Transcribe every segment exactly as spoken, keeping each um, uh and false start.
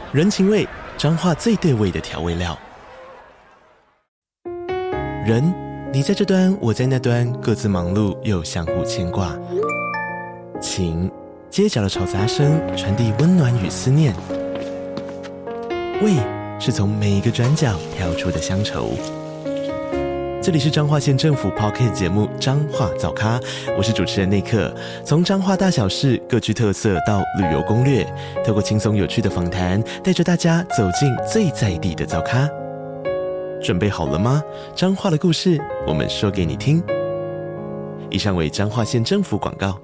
人情味，彰化最对味的调味料。人，你在这端，我在那端，各自忙碌又相互牵挂。情，街角的吵杂声传递温暖与思念。味，是从每一个转角跳出的乡愁。这里是彰化县政府 Podcast 节目《彰化早咖》，我是主持人内克。从彰化大小事各具特色到旅游攻略，透过轻松有趣的访谈，带着大家走进最在地的早咖。准备好了吗？彰化的故事，我们说给你听。以上为彰化县政府广告。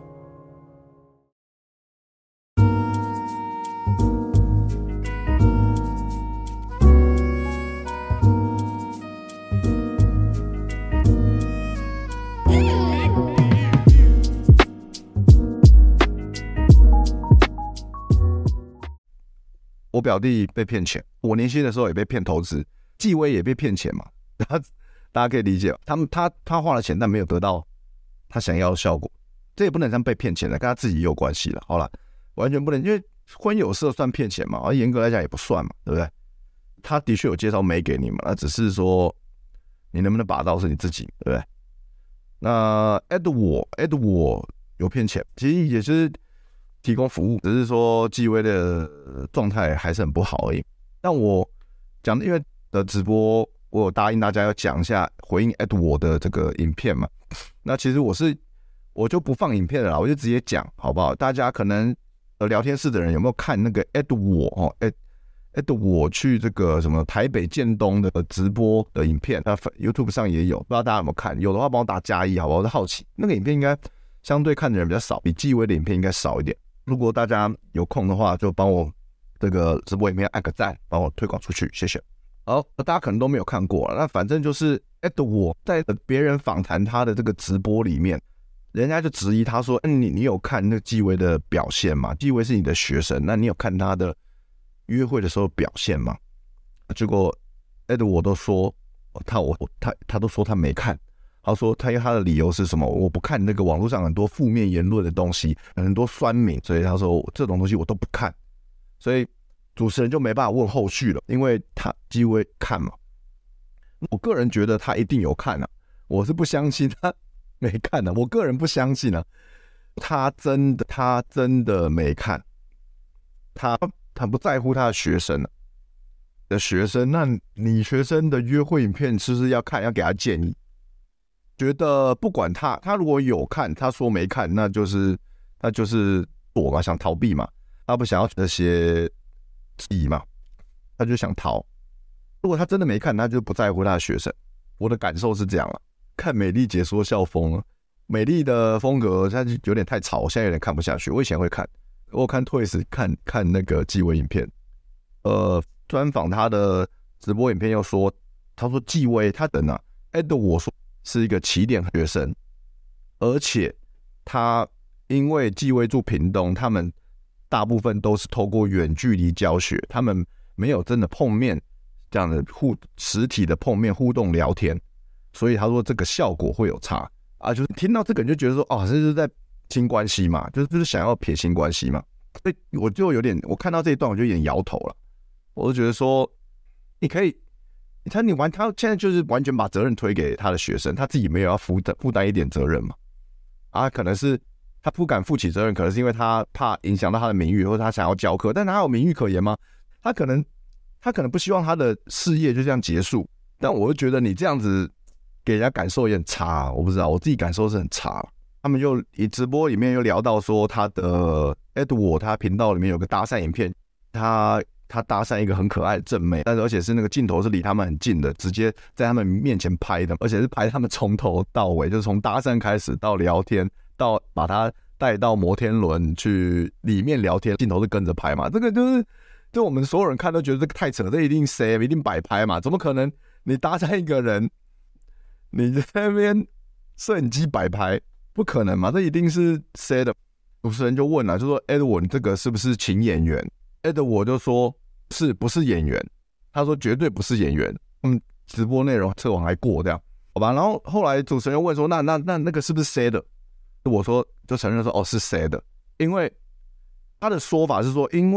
我表弟被骗钱，我年轻的时候也被骗投资，纪威也被骗钱嘛，大家可以理解吧？他们他他花了钱，但没有得到他想要的效果，这也不能算被骗钱的，跟他自己也有关系了。好了，完全不能，因为婚友社算骗钱嘛，而严格来讲也不算嘛，对不对？他的确有介绍媒给你嘛，那只是说你能不能把到是你自己，对不对？那 at 我 at 我有骗钱，其实也是提供服务，只是说纪威的状态还是很不好而已。但我讲的，因为的直播，我有答应大家要讲一下回应 at 我的这个影片嘛。那其实我是我就不放影片了啦，我就直接讲好不好？大家可能呃聊天室的人有没有看那个 at 我哦 at at 我去这个什么台北建东的直播的影片，那 YouTube 上也有，不知道大家有没有看？有的话帮我打加一好不好？我是好奇，那个影片应该相对看的人比较少，比纪威的影片应该少一点。如果大家有空的话，就帮我这个直播影片按个赞，帮我推广出去，谢谢。好，大家可能都没有看过，那反正就是 at 我在别人访谈他的这个直播里面，人家就质疑他说：“嗯，你你有看那个纪威的表现吗？纪威是你的学生，那你有看他的约会的时候表现吗？”结果 at 我都说他我他他都说他没看。他说他他的理由是什么？我不看那个网络上很多负面言论的东西，很多酸民，所以他说这种东西我都不看。所以主持人就没办法问后续了，因为他纪威看嘛。我个人觉得他一定有看啊，我是不相信他没看的、啊，我个人不相信啊，他真的他真的没看，他他不在乎他的学生啊的学生，那你学生的约会影片是不是要看？要给他建议？觉得不管他，他如果有看，他说没看，那就是那就是躲嘛，想逃避嘛，他不想要那些质疑嘛，他就想逃。如果他真的没看，他就不在乎他的学生。我的感受是这样了。看美丽解说校风了，美丽的风格，他就有点太吵，我现在有点看不下去。我以前会看，我有看 Twice 看看那个纪威影片，呃，专访他的直播影片又说，他说纪威他等啊 ，at 我说。是一个起点学生，而且他因为纪威住屏东，他们大部分都是透过远距离教学，他们没有真的碰面这样的互实体的碰面互动聊天，所以他说这个效果会有差啊。就是听到这个你就觉得说，哦，这是在新关系嘛，就是就是想要撇清关系嘛。所以我就有点，我看到这一段我就有点摇头了，我就觉得说，你可以。他你完，他现在就是完全把责任推给他的学生，他自己没有要负担负担一点责任嘛？啊，可能是他不敢负起责任，可能是因为他怕影响到他的名誉，或者他想要教课，但他有名誉可言吗？他可能他可能不希望他的事业就这样结束，但我就觉得你这样子给人家感受也很差、啊，我不知道，我自己感受是很差、啊。他们又以直播里面又聊到说他的 at 我他频道里面有个搭讪影片，他。他搭讪一个很可爱的正妹，但是而且是那个镜头是离他们很近的，直接在他们面前拍的，而且是拍他们从头到尾，就是从搭讪开始到聊天，到把他带到摩天轮去里面聊天，镜头是跟着拍嘛。这个就是就我们所有人看都觉得这个太扯，这一定塞，一定摆拍嘛，怎么可能？你搭讪一个人，你在那边摄影机摆拍，不可能嘛？这一定是塞的。主持人就问了，就说 ：“Edward， 你这个是不是请演员？” Edward 就说：“是不是演员？”他说：“绝对不是演员。”嗯，直播内容测网还过这样，好吧？然后后来主持人又问说：“那那那那个是不是塞的？”我说就承认说：“哦，是塞的。”因为他的说法是说，因为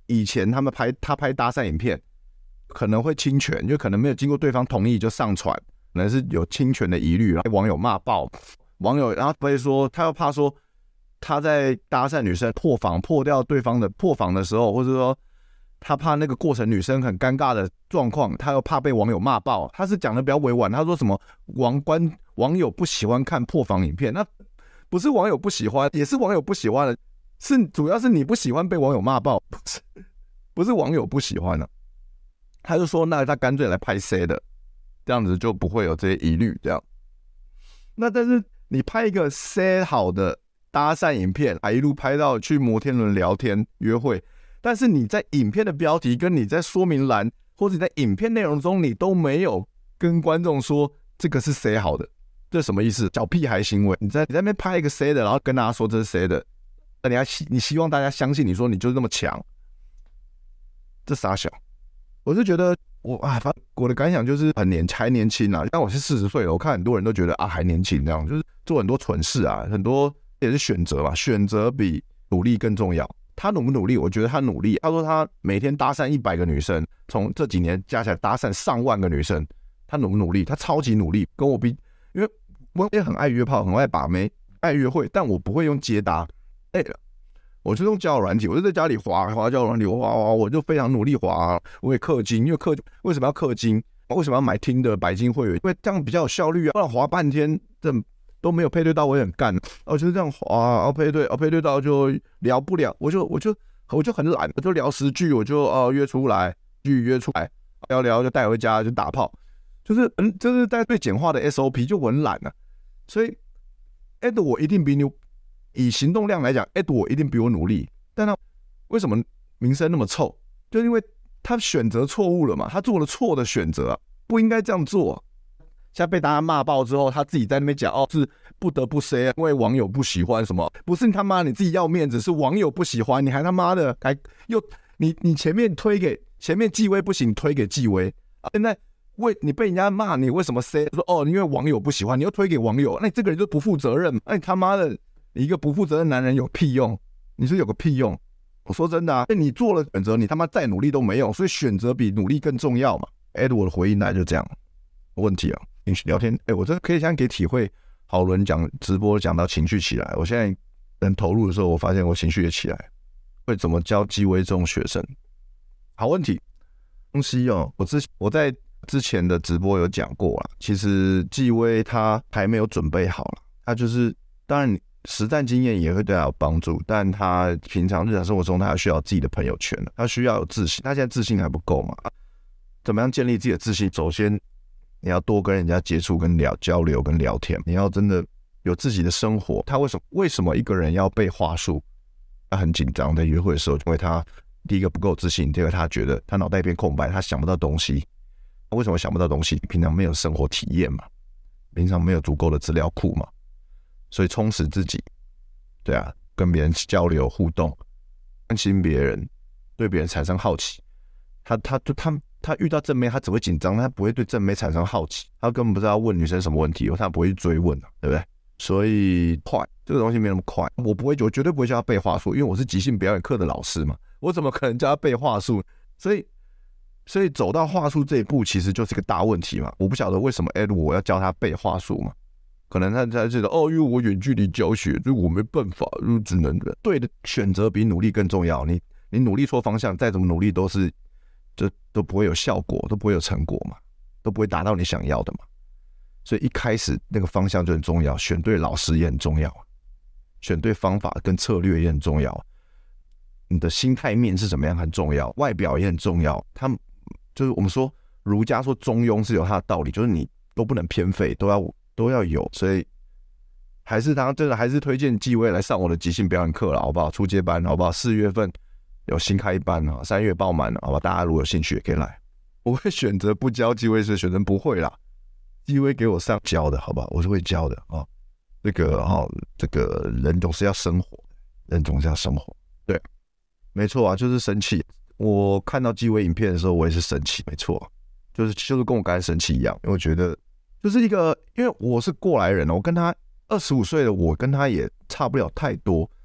以前他们拍他拍搭讪影片，可能会侵权，就可能没有经过对方同意就上传，可能是有侵权的疑虑，然后网友骂爆，网友然后不会说他又怕说他在搭讪女生破防破掉对方的破防的时候，或者说他怕那个过程女生很尴尬的状况，他又怕被网友骂爆，他是讲的比较委婉，他说什么网观网友不喜欢看破防影片，那不是网友不喜欢，也是网友不喜欢的，是主要是你不喜欢被网友骂爆，不是不是网友不喜欢的、啊。他就说那他干脆来拍 C 的，这样子就不会有这些疑虑。这样，那但是你拍一个 C 好的搭讪影片，还一路拍到去摩天轮聊天约会，但是你在影片的标题跟你在说明栏或者你在影片内容中，你都没有跟观众说这个是 C 好的，这是什么意思？小屁孩行为。你在你在那边拍一个 C 的，然后跟大家说这是 C 的，那你还你希望大家相信你说你就是那么强，这傻小。我就觉得我啊，我的感想就是很年还年轻啊，但我是四十岁了，我看很多人都觉得啊还年轻，这样就是做很多蠢事啊，很多也是选择嘛，选择比努力更重要。他努不努力？我觉得他努力。他说他每天搭讪一百个女生，从这几年加起来搭讪上万个女生，他努不努力？他超级努力，跟我比，因为我也很爱约炮，很爱把妹，爱约会，但我不会用接搭，哎、欸。我就用交友软体，我就在家里滑滑交友软体，滑滑，我就非常努力滑，我也氪金，因为氪为什么要氪金？为什么要买Tinder的白金会员？因为这样比较有效率啊，不然滑半天这都没有配对到，我也很干。我就是这样滑，然后配对，哦配对到就聊不了，我就我就我就很懒，我就聊十句，我就哦约出来，句约出来，聊聊就带回家就打炮，就是嗯就是在最简化的 S O P 就我很懒啊，所以 Ed 我一定比你。以行动量来讲 ，Ed 我一定比我努力，但他为什么名声那么臭？就是因为他选择错误了嘛，他做了错的选择、啊，不应该这样做、啊。现在被大家骂爆之后，他自己在那边讲哦，是不得不 say， 因为网友不喜欢什么，不是你他妈你自己要面子，是网友不喜欢，你还他妈的还又你你前面推给前面纪威不行，推给纪威，现在为你被人家骂，你为什么 say 说哦，因为网友不喜欢，你又推给网友，那你这个人就不负责任，那你他妈的。你一个不负责任的男人有屁用？你是有个屁用？我说真的啊，你做了选择，你他妈再努力都没用，所以选择比努力更重要嘛。Ed 我的回应大概就这样。问题啊，情绪聊天，哎，我真的可以现在给体会好伦讲直播讲到情绪起来，我现在人投入的时候，我发现我情绪也起来。会怎么教纪威这种学生？好问题，东西哦，我之我在之前的直播有讲过啦，其实纪威他还没有准备好了，他就是当然。实战经验也会对他有帮助，但他平常日常生活中，他还需要自己的朋友圈，他需要有自信。他现在自信还不够嘛？怎么样建立自己的自信？首先，你要多跟人家接触、跟聊交流、跟聊天。你要真的有自己的生活。他为什么为什么一个人要背话术？他很紧张，在约会的时候，因为他第一个不够自信，第二个他觉得他脑袋一片空白，他想不到东西。为什么想不到东西？平常没有生活体验嘛，平常没有足够的资料库嘛。所以充实自己，对啊，跟别人交流互动，关心别人，对别人产生好奇。他他就他他遇到正妹，他只会紧张，他不会对正妹产生好奇，他根本不知道问女生什么问题，他不会去追问，对不对？所以快这个东西没那么快，我不会，我绝对不会叫他背话术，因为我是即兴表演课的老师嘛，我怎么可能叫他背话术？所以所以走到话术这一步，其实就是个大问题嘛。我不晓得为什么 Ed 我要教他背话术嘛。可能他他觉得哦，因为我远距离教学，所以我没办法，就只能对的选择比努力更重要。你你努力错方向，再怎么努力都是，就都不会有效果，都不会有成果嘛，都不会达到你想要的嘛。所以一开始那个方向就很重要，选对老师也很重要，选对方法跟策略也很重要。你的心态面是怎么样很重要，外表也很重要。他们就是我们说儒家说中庸是有它的道理，就是你都不能偏废，都要。都要有，所以还是他真的还是推荐纪威来上我的即兴表演课了，好不好？初阶班，好不好？四月份有新开班啊，三月爆满了，好吧？大家如果有兴趣也可以来。我会选择不教纪威是学生不会啦，纪威给我上教的，好不好？我是会教的啊、哦。这个哦，这个人总是要生活，人总是要生活，对，没错啊，就是生气。我看到纪威影片的时候，我也是生气，没错，就是就是跟我刚才生气一样，因为我觉得。就是一个，因为我是过来人，我跟他二十五岁的我跟他也差不了太多，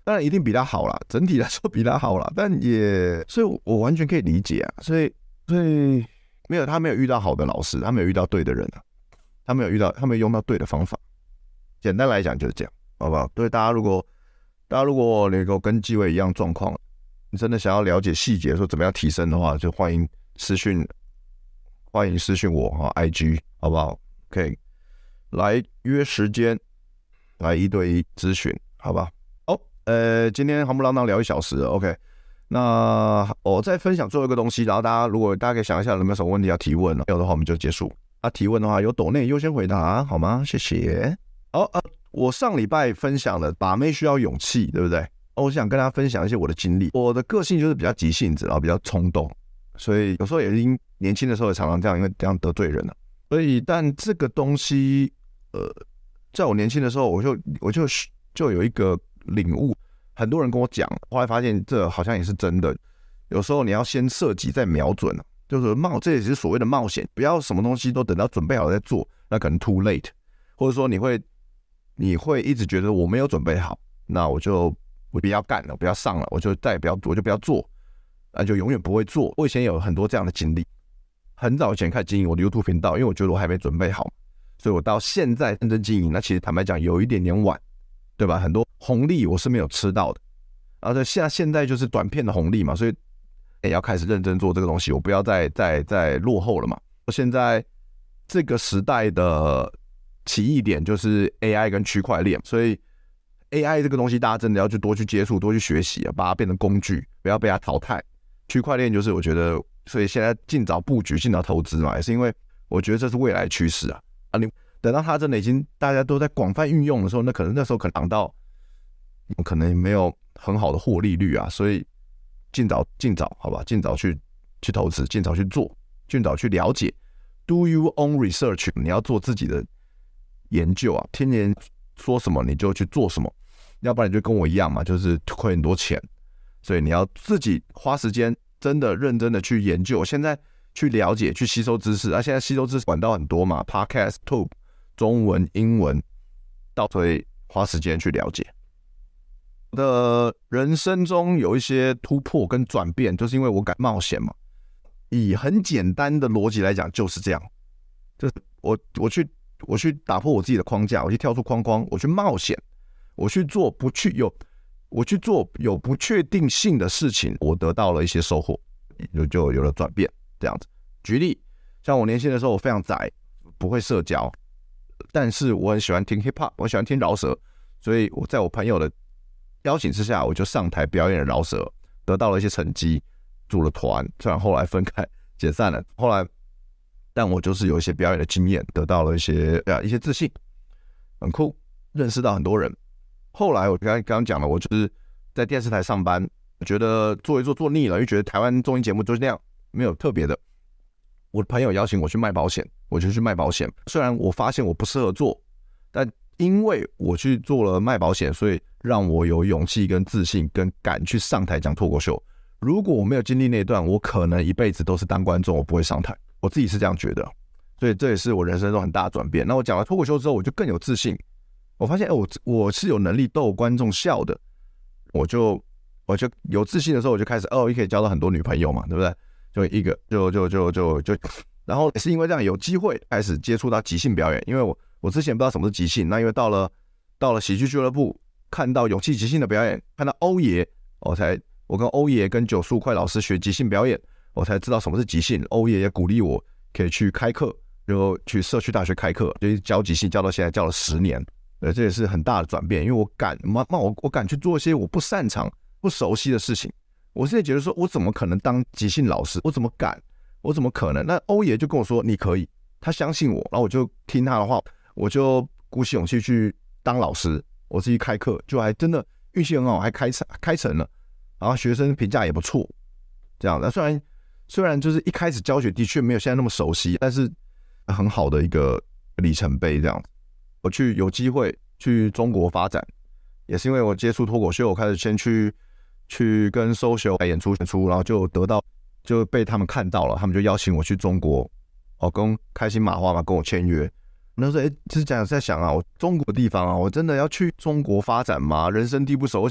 当然一定比他好啦，整体来说比他好啦，但也所以我完全可以理解啊，所以所以没有他没有遇到好的老师，他没有遇到对的人啊，他没有遇到他没有用到对的方法，简单来讲就是这样，好不好？对大家如果大家如果能够跟纪委一样状况，你真的想要了解细节，说怎么样提升的话，就欢迎私讯，欢迎私讯我哈 ，I G 好不好？可以来约时间，来一对一咨询，好吧？好，呃，今天夯不啷当聊一小时了 ，OK。那我再分享最后一个东西，然后大家如果大家可以想一下有没有什么问题要提问，没有的话我们就结束。啊，提问的话有抖内优先回答，好吗？谢谢。好啊，我上礼拜分享了把妹需要勇气，对不对？我想跟大家分享一些我的经历。我的个性就是比较急性子，然后比较冲动，所以有时候也是因年轻的时候也常常这样，因为这样得罪人了。所以，但这个东西，呃，在我年轻的时候，我就我就就有一个领悟。很多人跟我讲，后来发现这好像也是真的。有时候你要先射击再瞄准，就是冒，这也是所谓的冒险，不要什么东西都等到准备好再做，那可能 too late， 或者说你会你会一直觉得我没有准备好，那我就我不要干了，不要上了，我就再也不要我就不要做，那就永远不会做。我以前有很多这样的经历，很早以前开始经营我的 YouTube 频道，因为我觉得我还没准备好，所以我到现在认真经营，那其实坦白讲有一点点晚，对吧？很多红利我是没有吃到的，然后现在现在就是短片的红利嘛，所以也要开始认真做这个东西，我不要再再再落后了嘛。现在这个时代的起义点就是 A I 跟区块链，所以 A I 这个东西大家真的要去多去接触，多去学习啊，把它变成工具，不要被它淘汰。区块链就是我觉得，所以现在尽早布局、尽早投资嘛，也是因为我觉得这是未来趋势啊。啊，你等到它真的已经大家都在广泛运用的时候，那可能那时候可能挡到，可能没有很好的获利率啊，所以尽早尽早好吧，尽早去去投资，尽早去做，尽早去了解 ，do your own research， 你要做自己的研究啊，听人说什么你就去做什么，要不然你就跟我一样嘛，就是亏很多钱。所以你要自己花时间，真的认真的去研究，现在去了解、去吸收知识。啊，现在吸收知识管道很多嘛 ，Podcast、YouTube、中文、英文，到所以花时间去了解。我的人生中有一些突破跟转变，就是因为我敢冒险嘛。以很简单的逻辑来讲，就是这样，就是我我去我去打破我自己的框架，我去跳出框框，我去冒险，我去做不去有。我去做有不确定性的事情，我得到了一些收获，就就有了转变。这样子，举例，像我年轻的时候，我非常宅，不会社交，但是我很喜欢听 hip hop， 我喜欢听饶舌，所以我在我朋友的邀请之下，我就上台表演了饶舌，得到了一些成绩，组了团，虽然后来分开解散了，后来，但我就是有一些表演的经验，得到了一些啊一些自信，很酷，认识到很多人。后来我刚刚刚讲了，我就是在电视台上班，我觉得做一做做腻了，因为觉得台湾综艺节目就是那样，没有特别的。我的朋友邀请我去卖保险，我就去卖保险。虽然我发现我不适合做，但因为我去做了卖保险，所以让我有勇气跟自信跟敢去上台讲脱口秀。如果我没有经历那段，我可能一辈子都是当观众，我不会上台。我自己是这样觉得，所以这也是我人生中很大的转变。那我讲了脱口秀之后，我就更有自信。我发现，欸、我我是有能力逗观众笑的，我就我就有自信的时候，我就开始哦，也可以交到很多女朋友嘛，对不对？就一个就就就就就，然后也是因为这样有机会开始接触到即兴表演，因为我我之前不知道什么是即兴，那因为到了到了喜剧俱乐部，看到勇气即兴的表演，看到欧爷，我才我跟欧爷跟九十五块老师学即兴表演，我才知道什么是即兴。欧爷也鼓励我可以去开课，就去社区大学开课，就教即兴教到现在教了十年。对，这也是很大的转变，因为我敢，我我敢去做一些我不擅长、不熟悉的事情。我现在觉得说，我怎么可能当即兴老师？我怎么敢？我怎么可能？那欧爷就跟我说，你可以，他相信我，然后我就听他的话，我就鼓起勇气去当老师，我自己开课，就还真的运气很好，还开开成了，然后学生评价也不错，这样的。虽然虽然就是一开始教学的确没有现在那么熟悉，但是很好的一个里程碑，这样子。我去有机会去中国发展，也是因为我接触脱口秀，我开始先去去跟 social 来演出演出，然后就得到就被他们看到了，他们就邀请我去中国，哦，跟开心麻花嘛跟我签约。那时候哎，就是讲在想啊，我中国的地方啊，我真的要去中国发展吗？人生地不熟，而且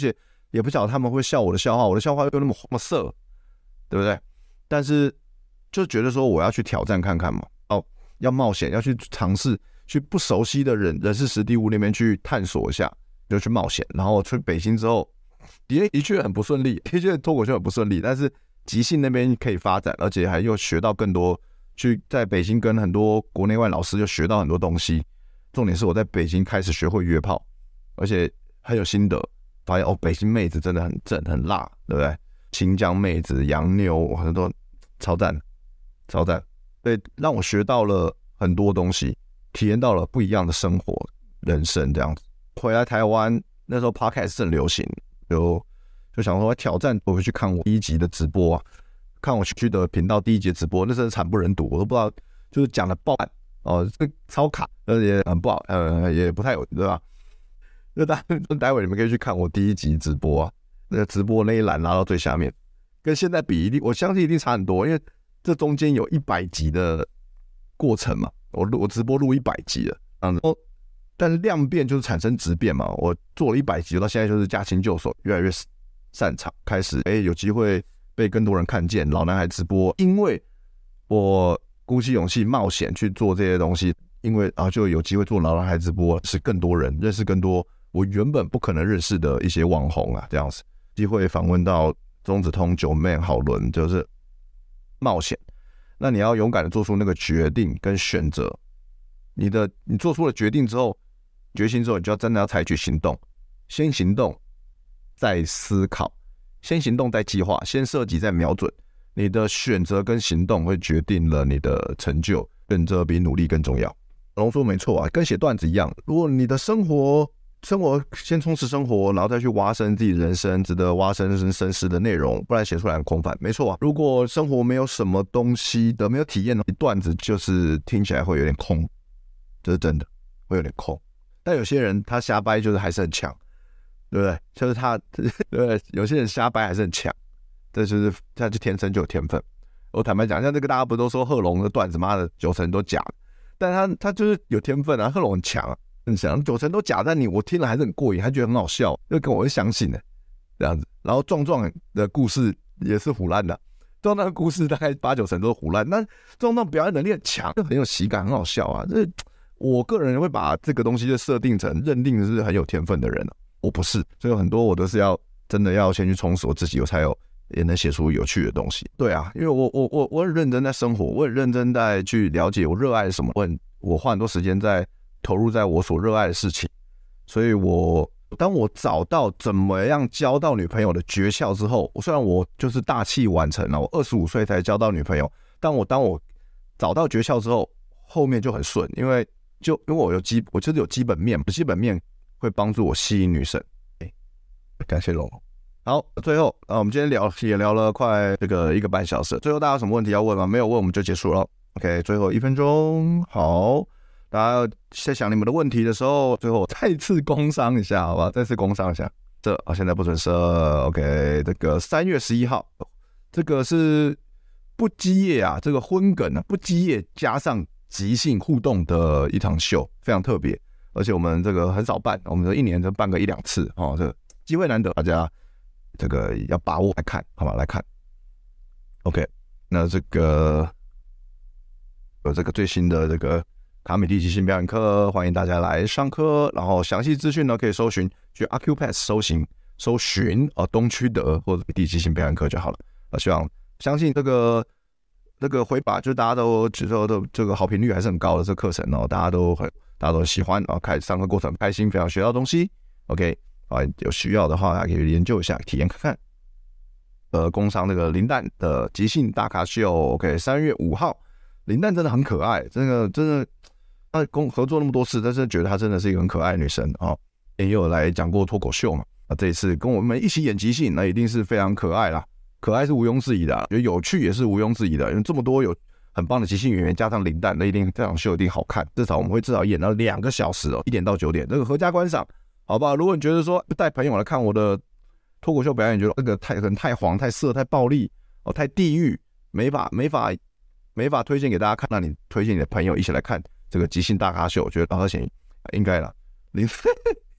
也不晓得他们会笑我的笑话，我的笑话又那么那么色，对不对？但是就觉得说我要去挑战看看嘛，哦，要冒险，要去尝试，去不熟悉的人人事实地物那边去探索一下，就去冒险。然后去北京之后，的的确很不顺利，的确脱口秀很不顺利，但是即兴那边可以发展，而且还又学到更多。去在北京跟很多国内外老师又学到很多东西。重点是我在北京开始学会约炮，而且很有心得，发现哦，北京妹子真的很正很辣，对不对？新疆妹子、洋妞很多超赞，超赞。对，让我学到了很多东西，体验到了不一样的生活、人生这样子。回来台湾那时候 Podcast 正流行，就就想说挑战，我回去看我第一集的直播啊，看我去的频道第一集直播，那真的惨不忍睹，我都不知道，就是讲的爆烂哦，这超卡，而且很不好，呃，也不太有，对吧？那待待会你们可以去看我第一集直播啊，那个直播那一栏拉到最下面，跟现在比一定，我相信一定差很多，因为这中间有一百集的过程嘛，我录我直播录一百集了，这样子哦。但是量变就是产生质变嘛，我做了一百集到现在就是驾轻就熟，越来越擅长，开始哎有机会被更多人看见。老男孩直播，因为我鼓起勇气冒险去做这些东西，因为啊就有机会做老男孩直播，是更多人认识更多我原本不可能认识的一些网红啊，这样子机会访问到钟子通、九妹、郝伦，就是冒险。那你要勇敢的做出那个决定跟选择，你的你做出了决定之后，决心之后，你就要真的要采取行动，先行动再思考，先行动再计划，先设计再瞄准。你的选择跟行动会决定了你的成就，选择比努力更重要。龙说没错啊，跟写段子一样，如果你的生活生活先充实生活，然后再去挖深自己人生值得挖深深思的内容，不然写出来很空泛。没错啊，如果生活没有什么东西的，没有体验的段子，就是听起来会有点空，这是真的会有点空。但有些人他瞎掰就是还是很强，对不对？就是他，对不对？有些人瞎掰还是很强，这就是他就天生就有天分。我坦白讲，像这个大家不都说贺龙的段子，妈的九成都假的，但他他就是有天分啊，贺龙很强啊。很强，九成都假，但你我听了还是很过瘾，还觉得很好笑，就跟我会相信的这样子。然后壮壮的故事也是唬烂的，壮壮的故事大概八九成都是唬烂，但壮壮表演能力很强，就很有喜感，很好笑啊。这我个人会把这个东西就设定成认定是很有天分的人、啊、我不是，所以很多我都是要真的要先去充实我自己，我才有也能写出有趣的东西。对啊，因为我我我我很认真在生活，我很认真在去了解我热爱什么，我很我花很多时间在。投入在我所热爱的事情，所以我当我找到怎么样交到女朋友的诀窍之后，虽然我就是大器晚成了，我二十五岁才交到女朋友，但我当我找到诀窍之后，后面就很顺，因为就因为我有基，我就是有基本面，基本面会帮助我吸引女生。欸、感谢龙。好，最后啊，我们今天聊也聊了快这个一个半小时，最后大家有什么问题要问吗？没有问我们就结束了。OK， 最后一分钟，好。大家在想你们的问题的时候，最后再次工商一下，好吧？再次工商一下，这啊现在不准设 ，OK？ 这个三月十一号，这个是不羁夜啊，这个荤梗啊，不羁夜加上即兴互动的一场秀，非常特别，而且我们这个很少办，我们一年就办个一两次哦，这个机会难得，大家这个要把握来看，好吧？来看 ，OK？ 那这个有这个最新的这个。卡米蒂即兴表演课，欢迎大家来上课。然后详细资讯呢，可以搜寻去 Acupass 搜寻搜寻啊东区德或者米蒂即兴表演课就好了。啊，希望相信这个这个回把，就是大家都觉得都这个好评率还是很高的这个课程哦，大家都很大家都喜欢啊，开上课过程很开心，非常学到东西。OK 啊，有需要的话还可以研究一下，体验看看。呃，工商那个林蛋的即兴大咖秀 ，OK， 三月五号，林蛋真的很可爱，这个真的。他跟合作那么多次，但是觉得她真的是一个很可爱的女生啊、哦。也有来讲过脱口秀嘛，啊，这一次跟我们一起演即兴，那一定是非常可爱啦。可爱是毋庸置疑的、啊，觉得有趣也是毋庸置疑的。因为这么多有很棒的即兴演员，加上林蛋，那一定这场秀一定好看。至少我们会至少演到两个小时哦，一点到九点，这个合家观赏，好不好？如果你觉得说带朋友来看我的脱口秀表演，觉得这个太可能太黄、太色、太暴力哦、太地狱，没法没法没法推荐给大家看，那你推荐你的朋友一起来看。这个即兴大咖秀，我觉得而且应该啦，林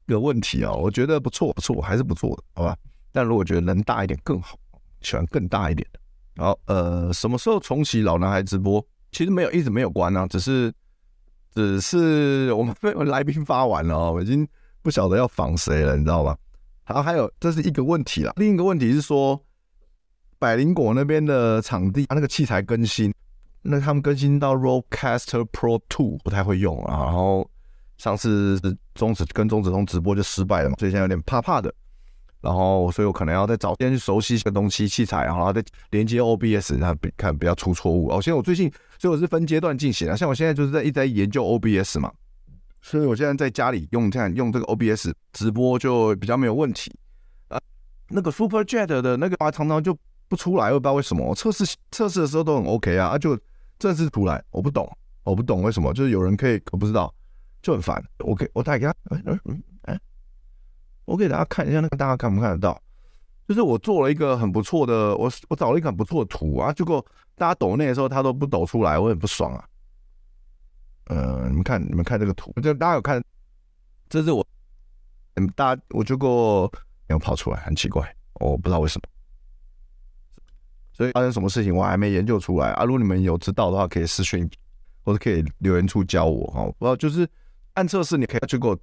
个问题啊，我觉得不错不错，还是不错的，好吧？但如果觉得能大一点更好，喜欢更大一点的。然后呃，什么时候重启老男孩直播？其实没有，一直没有关啊，只是只是我们被来宾发完了哦，我已经不晓得要访谁了，你知道吗？然后还有这是一个问题啦，另一个问题是说，百灵果那边的场地，那个器材更新，那他们更新到 Rodecaster Pro 二不太会用啊，然后上次中指跟中指通直播就失败了嘛，所以现在有点怕怕的。然后，所以我可能要再找先去熟悉这个东西器材，然后再连接 O B S， 然后看不要出错误。哦，现在我最近，所以我是分阶段进行啊。像我现在就是在一直在研究 O B S 嘛，所以我现在在家里用这样用这个 O B S 直播就比较没有问题啊。那个 Super Jet 的那个常常就不出来，我不知道为什么。我测试测试的时候都很 OK 啊，啊就正式出来，我不懂，我不懂为什么，就是有人可以，我不知道，就很烦。我可以，我打给他，哎哎哎。我给大家看一下，那个大家看不看得到？就是我做了一个很不错的，我我找了一个很不错的图啊，结果大家抖内的时候他都不抖出来，我很不爽啊。呃，你们看，你们看这个图，就大家有看？这是我，嗯，大家我结果没有跑出来，很奇怪，我不知道为什么。所以发生什么事情我还没研究出来啊。如果你们有知道的话，可以私讯或者可以留言处教我哈。不知道就是按测试，你可以结果。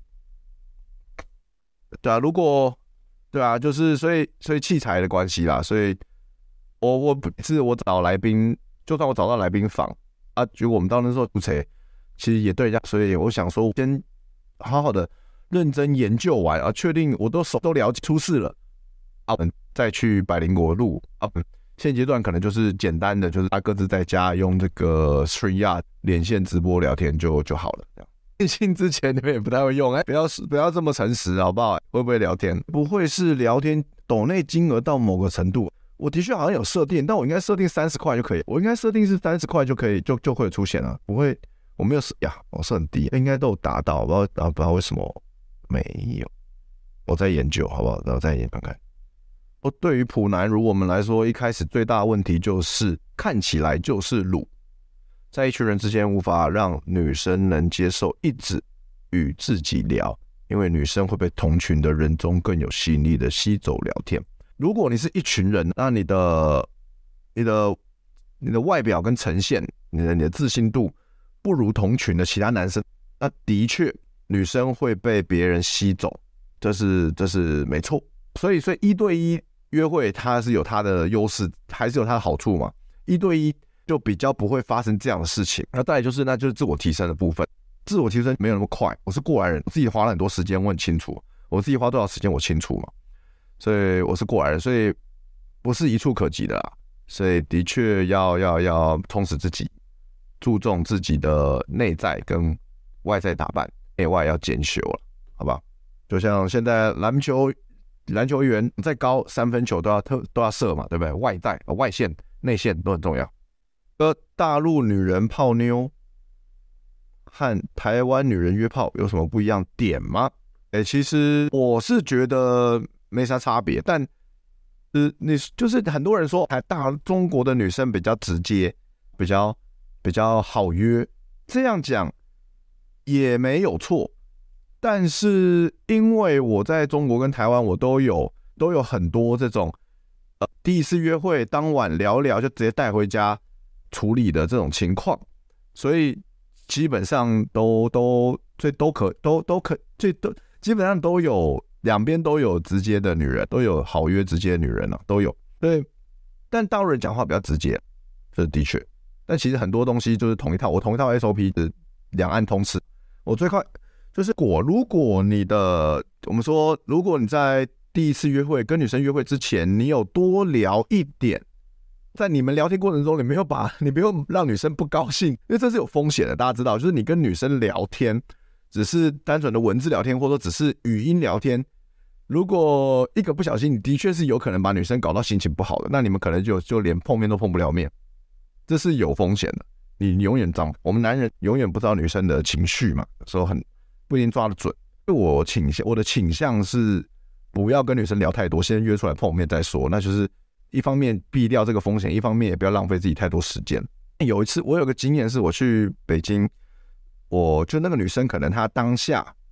对啊，如果对啊，就是所以所以器材的关系啦，所以我我是我找来宾，就算我找到来宾访啊，结果我们到那时候出差，其实也对人家，所以我想说，先好好的认真研究完啊，确定我都手都了解出事了啊，我们再去百灵果录啊。现阶段可能就是简单的，就是大家各自在家用这个 StreamYard 连线直播聊天就就好了，这样。电信之前你们也不太会用，哎，不要不要这么诚实，好不好？会不会聊天？不会是聊天抖内金额到某个程度，我的确好像有设定，但我应该设定三十块就可以，我应该设定是三十块就可以，就就会出现了，不会，我没有设呀，我设很低，应该都有达到，不知道不知道为什么没有，我在研究，好不好？然后再研究看看。哦，对于普男如我们来说，一开始最大的问题就是看起来就是鲁。在一群人之间无法让女生能接受一直与自己聊，因为女生会被同群的人中更有吸引力的吸走聊天。如果你是一群人，那你的你的你的外表跟呈现，你的你的自信度不如同群的其他男生，那的确女生会被别人吸走，这是这是没错。所以所以一对一约会它是有它的优势，还是有它的好处嘛？一对一就比较不会发生这样的事情。那再来就是，那就是自我提升的部分。自我提升没有那么快，我是过来人，我自己花了很多时间，我很清楚，我自己花多少时间我清楚嘛。所以我是过来人，所以不是一触可及的啦。所以的确要要要充实自己，注重自己的内在跟外在打扮，内外要兼修了，好吧？就像现在篮球篮球员再高，三分球都要特都要射嘛，对不对？外在、外线、内线都很重要。而大陆女人泡妞和台湾女人约炮有什么不一样点吗？欸，其实我是觉得没啥差别，但呃，你就是很多人说，台大中国的女生比较直接，比较比较好约，这样讲也没有错。但是因为我在中国跟台湾，我都有都有很多这种呃第一次约会当晚聊聊就直接带回家处理的这种情况，所以基本上都都最都可都都可最都基本上都有两边都有直接的女人，都有好约直接的女人啊，都有。对，但大陆人讲话比较直接，这是的确。但其实很多东西就是同一套，我同一套 S O P 是两岸通吃。我最快就是果，如果你的我们说，如果你在第一次约会跟女生约会之前，你有多聊一点。在你们聊天过程中，你没有把你没有让女生不高兴，因为这是有风险的。大家知道，就是你跟女生聊天，只是单纯的文字聊天，或者说只是语音聊天，如果一个不小心，你的确是有可能把女生搞到心情不好的，那你们可能就就连碰面都碰不了面，这是有风险的。你永远掌，我们男人永远不知道女生的情绪嘛，有时候很不一定抓得准。我倾向我的倾向是不要跟女生聊太多，先约出来碰面再说，那就是。一方面避掉这个风险，一方面也不要浪费自己太多时间。有一次我有个经验是我去北京，我就那个女生可能她当下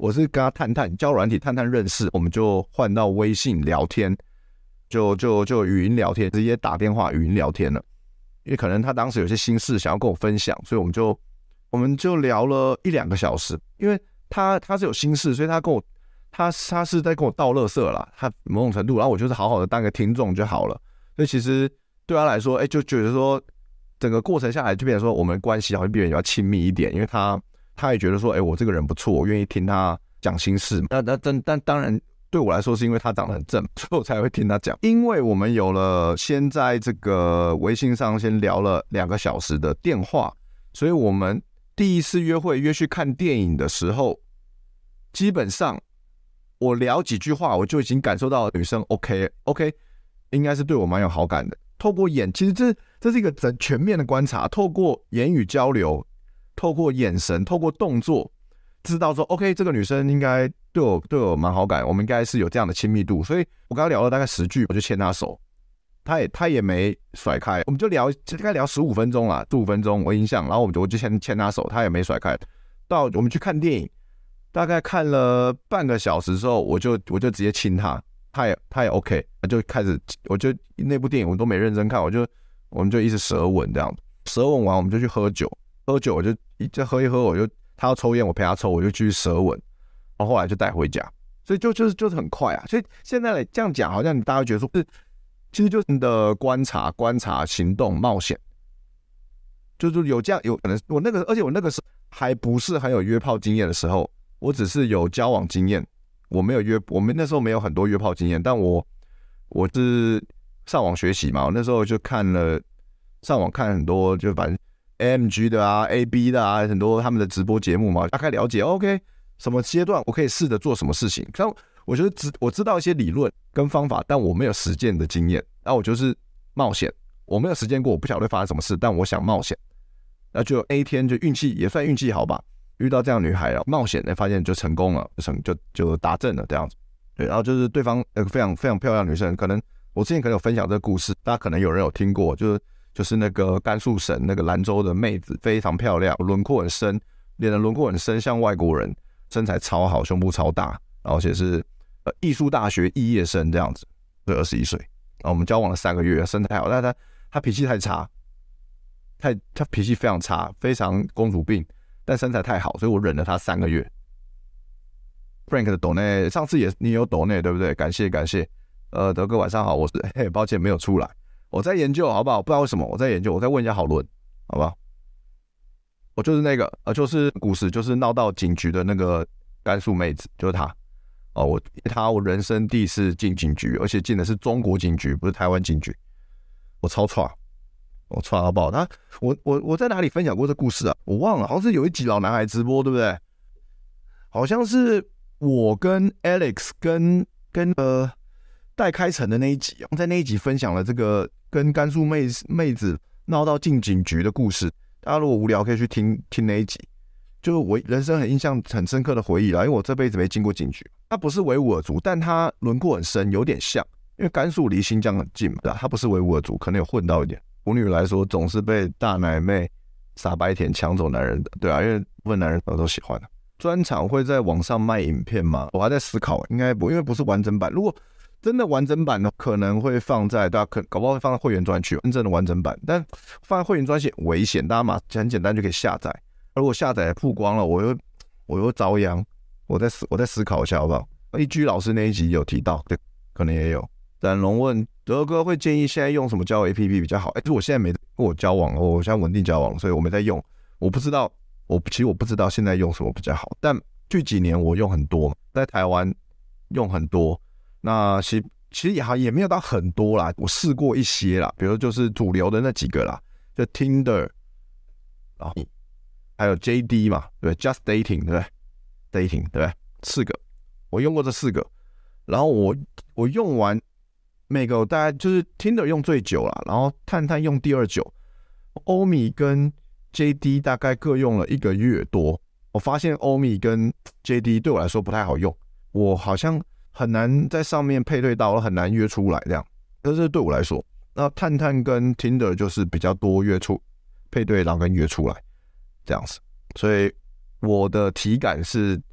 我是跟他探探交友软体探探认识，我们就换到微信聊天，就就就语音聊天，直接打电话语音聊天了。因为可能他当时有些心事想要跟我分享，所以我们就我们就聊了一两个小时。因为他他是有心事，所以他跟我他他是在跟我倒垃圾啦，他某种程度，然后我就是好好的当个听众就好了。所以其实对他来说，哎、欸，就觉得说整个过程下来就变成说我们关系好像变得比较亲密一点，因为他他也觉得说，哎、欸，我这个人不错，我愿意听他讲心事。那那但但当然。对我来说是因为他长得很正，所以我才会听他讲。因为我们有了先在这个微信上先聊了两个小时的电话，所以我们第一次约会约去看电影的时候，基本上我聊几句话我就已经感受到女生 OK OK 应该是对我蛮有好感的。透过眼，其实这这是一个整全面的观察，透过言语交流，透过眼神，透过动作，知道说 OK 这个女生应该对我对我蛮好感，我们应该是有这样的亲密度，所以我跟他聊了大概十句，我就牵他手，他也他也没甩开，我们就聊大概聊十五分钟啦，十五分钟我印象，然后我们就我就牵牵他手，他也没甩开。到我们去看电影，大概看了半个小时之后，我就我就直接亲他，他也他也 OK， 就开始我就那部电影我都没认真看，我就我们就一直舌吻这样，舌吻完我们就去喝酒，喝酒我就一就喝一喝，我就他要抽烟我陪他抽，我就继续舌吻。然后后来就带回家，所以就就是就是很快啊。所以现在这样讲，好像大家觉得说，是其实就是你的观察、观察、行动、冒险，就是有这样有可能。我那个，而且我那个是还不是很有约炮经验的时候，我只是有交往经验，我没有约，我们那时候没有很多约炮经验，但我我是上网学习嘛，我那时候就看了上网看很多，就反正 A M G 的啊、A B 的啊，很多他们的直播节目嘛，大概了解 OK。什么阶段我可以试着做什么事情？像我觉得知我知道一些理论跟方法，但我没有实践的经验。那我就是冒险，我没有实践过，我不晓得会发生什么事，但我想冒险。那就那一天就运气也算运气好吧，遇到这样的女孩了，冒险发现就成功了，就成就就达阵了这样子。对，然后就是对方呃非常非常漂亮的女生，可能我之前可能有分享这个故事，大家可能有人有听过，就是就是那个甘肃省那个兰州的妹子，非常漂亮，轮廓很深，脸的轮廓很深，像外国人。身材超好，胸部超大，然后而且是呃艺术大学肄业生这样子，对，二十一岁，然后我们交往了三个月，身材好，但他他脾气太差，太他脾气非常差，非常公主病，但身材太好，所以我忍了他三个月。Frank 的抖内，上次也你有抖内对不对？感谢感谢，呃，德哥晚上好，我是嘿，抱歉没有出来，我在研究好不好？不知道为什么我在研究，我在问一下好伦，好不好？我就是那个，呃，就是古时就是闹到警局的那个甘肃妹子，就是她。哦，我她我人生第一次进警局，而且进的是中国警局，不是台湾警局。我超差，我差到爆。他，我我我在哪里分享过这故事啊？我忘了，好像是有一集老男孩直播，对不对？好像是我跟 Alex 跟跟呃戴开成的那一集，在那一集分享了这个跟甘肃妹妹子闹到进警局的故事。大家如果无聊可以去听听那一集，就是我人生很印象很深刻的回忆啦。因为我这辈子没进过警局，他不是维吾尔族，但他轮廓很深，有点像，因为甘肃离新疆很近嘛，对吧？他不是维吾尔族，可能有混到一点。舞女来说，总是被大奶妹、傻白甜抢走男人的，对啊，因为部分男人都喜欢的。专场会在网上卖影片吗？我还在思考，应该不，因为不是完整版。如果真的完整版呢，可能会放在大家可搞不好会放在会员专区，真正的完整版。但放在会员专区危险，大家嘛很简单就可以下载。如果下载曝光了，我又我又遭殃。我再我再思考一下好不好？一居老师那一集有提到，对，可能也有。冉龙问德哥会建议现在用什么交友 A P P 比较好？哎、欸，我现在没跟我交往，我现在稳定交往，所以我没在用，我不知道，我其实我不知道现在用什么比较好。但这几年我用很多，在台湾用很多。那其实其实也好也没有到很多啦，我试过一些啦，比如就是主流的那几个啦，就 Tinder， 然后还有 J D 嘛，对 ，Just Dating 对不对 ？Dating 对不对？四个，我用过这四个，然后我我用完每个我大概就是 Tinder 用最久啦，然后探探用第二久，欧米跟 J D 大概各用了一个月多，我发现欧米跟 J D 对我来说不太好用，我好像很难在上面配对到，很难约出来这样，这是对我来说。那探探跟 Tinder 就是比较多约出配对，然后跟约出来这样子，所以我的体感是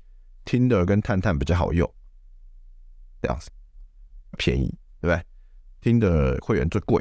Tinder 跟探探比较好用，这样子便宜，对不对 ？Tinder 会员最贵，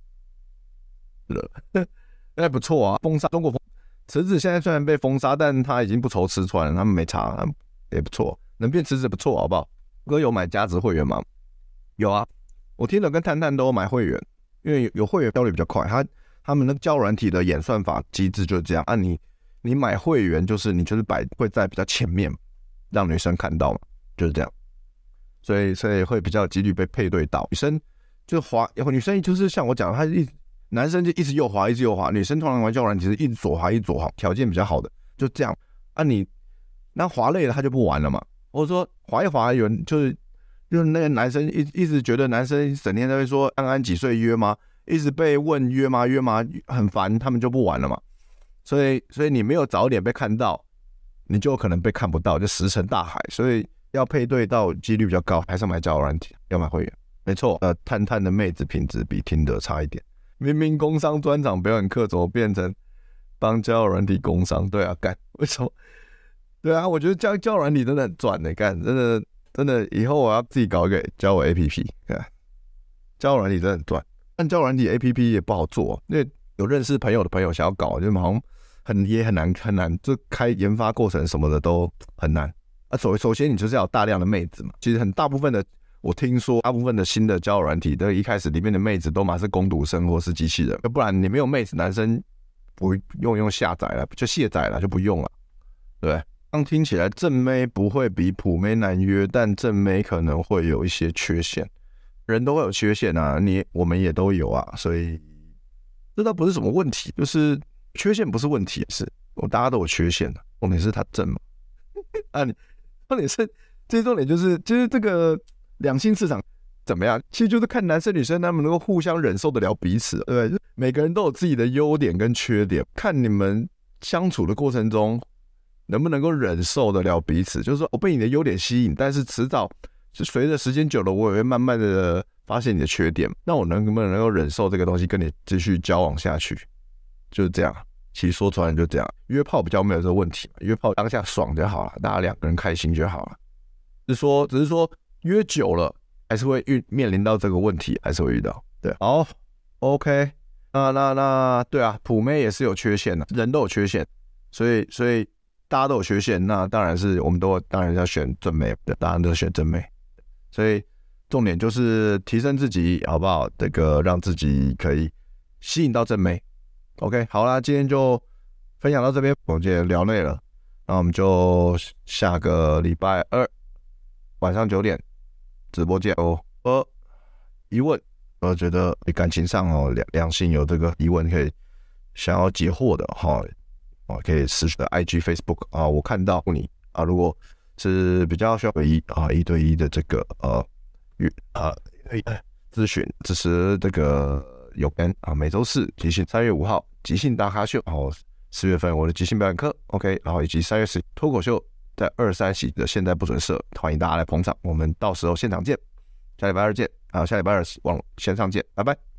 是那不错啊。封杀中国封池子现在虽然被封杀，但他已经不愁吃穿了，他们没差，也不错，能变池子不错，好不好？哥有买价值会员吗？有啊，我Tinder跟探探都有买会员，因为有会员效率比较快，他他们那交友软体的演算法机制就是这样啊你。你买会员就是你就是摆会在比较前面，让女生看到嘛，就是这样，所以所以会比较有几率被配对到。女生就滑，女生就是像我讲，她一男生就一直右滑，一直右滑，女生通常玩交友软体是一直左滑，一直左滑，条件比较好的就这样啊你。那滑累了他就不玩了嘛，或者说滑一滑有人就是就是那个男生一一直觉得男生整天都会说安安几岁约吗？一直被问约吗约吗很烦，他们就不玩了嘛。所以，所以你没有早点被看到，你就有可能被看不到，就石沉大海。所以要配对到几率比较高，还是要买交友软体，要买会员。没错，呃，探探的妹子品质比Tinder差一点。明明工商专场表演课，怎么变成帮交友软体工商？对啊，干为什么？对啊，我觉得交交友软体真的很赚的，干真的真的，以后我要自己搞一个交友 A P P， 干交友软体真的很赚，但交友软体 A P P 也不好做，因为有认识朋友的朋友想要搞，就好像。很也很难很难，就开研发过程什么的都很难啊。首首先你就是要有大量的妹子嘛，其实很大部分的我听说大部分的新的交友软体的一开始里面的妹子都嘛是工读生或是机器人，要不然你没有妹子，男生不用用下载了，就卸载了就不用了，对不对？刚听起来正妹不会比普妹难约，但正妹可能会有一些缺陷，人都会有缺陷啊，你我们也都有啊，所以这倒不是什么问题，就是缺陷不是问题，是我大家都有缺陷的，重点是他正嘛啊你重点是这重点就是就是这个两性市场怎么样，其实就是看男生女生他们能够互相忍受得了彼此，对不对？每个人都有自己的优点跟缺点，看你们相处的过程中能不能够忍受得了彼此，就是说我被你的优点吸引，但是迟早就随着时间久了，我也会慢慢的发现你的缺点，那我能不能够忍受这个东西跟你继续交往下去，就是这样。其实说出来就这样，约炮比较没有这个问题嘛，约炮当下爽就好了，大家两个人开心就好了。只是说，只是说约久了还是会遇面临到这个问题，还是会遇到。对，好 ，OK， 那那那对啊，普妹也是有缺陷的，人都有缺陷，所以所以大家都有缺陷，那当然是我们都当然要选正妹，对，大家都选正妹，所以重点就是提升自己，好不好？这个让自己可以吸引到正妹。OK， 好啦，今天就分享到这边，我们今天聊累了，那我们就下个礼拜二晚上九点直播见哦。呃，疑问，我觉得感情上哦，两两性有这个疑问可以想要解惑的哈，哦，可以私讯的 I G、Facebook 啊，我看到你啊，如果是比较需要一啊一对一的这个呃啊咨询，支持这个。有跟啊，每周四即兴三月五号即兴大咖秀，然后四月份我的即兴表演课 ，OK， 然后以及三月十脱口秀在二三喜的现代不准社，欢迎大家来捧场，我们到时候现场见，下礼拜二见啊，下礼拜二网线上见，拜拜。